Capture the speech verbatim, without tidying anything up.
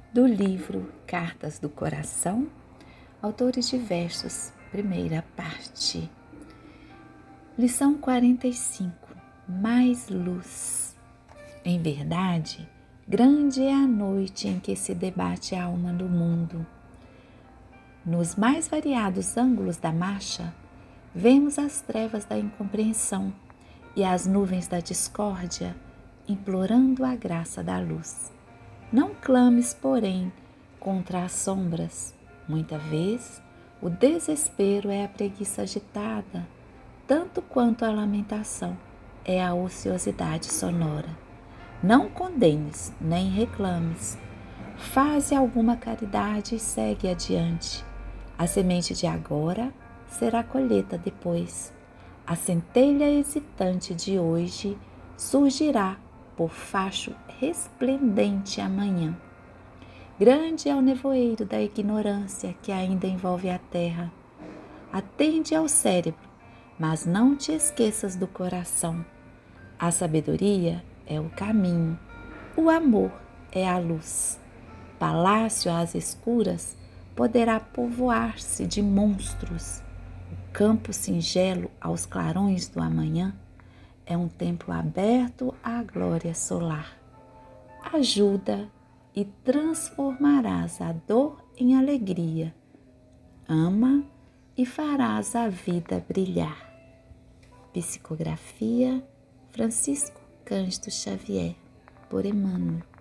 do livro Cartas do Coração, autores diversos, primeira parte. Lição quarenta e cinco. Mais luz. Em verdade, grande é a noite em que se debate a alma do mundo. Nos mais variados ângulos da marcha, vemos as trevas da incompreensão e as nuvens da discórdia implorando a graça da luz. Não clames, porém, contra as sombras. Muita vez, o desespero é a preguiça agitada, tanto quanto a lamentação é a ociosidade sonora. Não condenes, nem reclames. Faze alguma caridade e segue adiante. A semente de agora será colheita depois. A centelha hesitante de hoje surgirá por facho resplendente amanhã. Grande é o nevoeiro da ignorância que ainda envolve a terra. Atende ao cérebro, mas não te esqueças do coração. A sabedoria é o caminho, o amor é a luz. Palácio às escuras poderá povoar-se de monstros. O campo singelo aos clarões do amanhã é um templo aberto à glória solar. Ajuda e transformarás a dor em alegria. Ama e farás a vida brilhar. Psicografia Francisco Cândido Xavier, por Emmanuel.